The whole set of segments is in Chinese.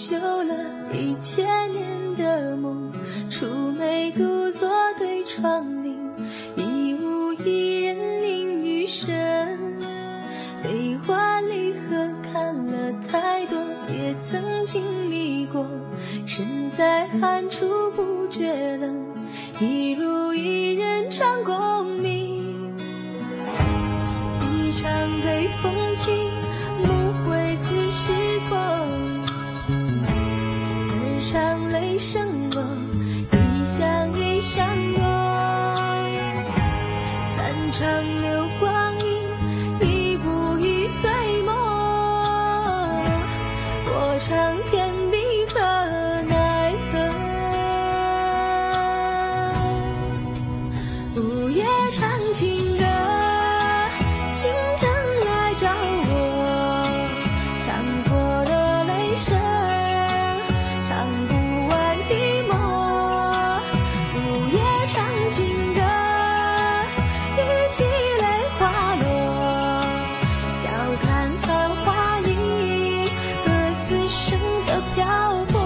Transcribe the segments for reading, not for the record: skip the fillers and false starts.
绣了1000年的梦，出梅独坐对窗棂，一无一人淋雨声。悲欢离合看了太多，也曾经历过，身在寒处不觉冷，一路一人唱功名。一场北风起，梦回自时光，二场雷声落，一响一闪躲，三场流光阴，一步一岁末，我唱天地和奈何。午夜唱情歌，心疼来找我，唱破了泪声，唱不完寂寞。午夜唱情歌，语气泪滑落，笑看残花影和此生的漂泊。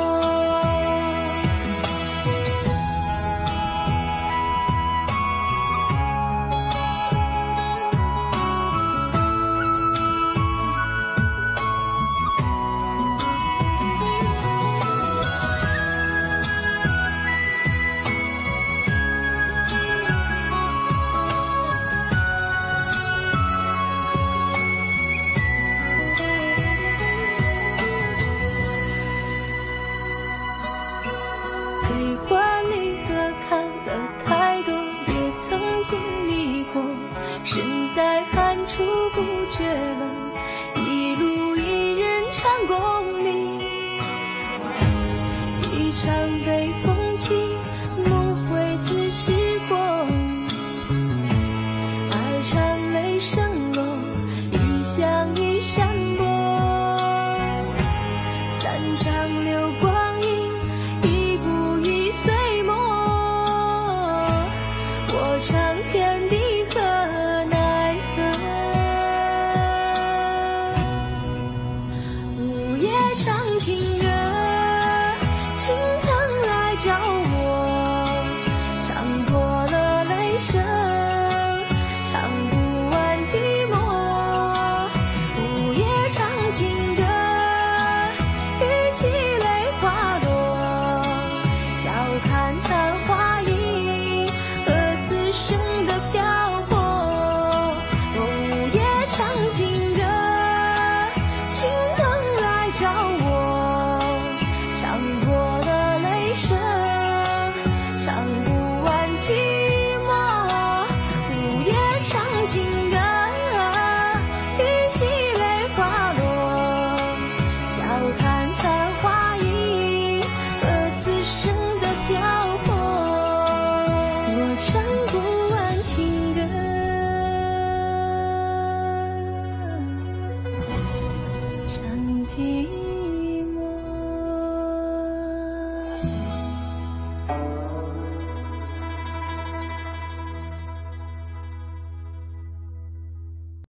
悲欢离合看了太多，也曾经历过，身在寒处不觉冷，一路一人唱功名。一场北风起，梦回自时光，二场雷声落，一响一闪躲，三场流光阴，一步一岁末，我唱天地和奈何。午夜唱情歌，心疼来找我，唱破了泪声，唱不完寂寞。午夜唱情歌，语气泪滑落，笑看残花影和此生的漂泊。午夜唱情歌，心疼来找我，唱破了泪声，唱不完寂寞。午夜唱情歌，语气泪滑落，笑看残花影和此生的漂泊。我唱不完情歌，唱寂寞。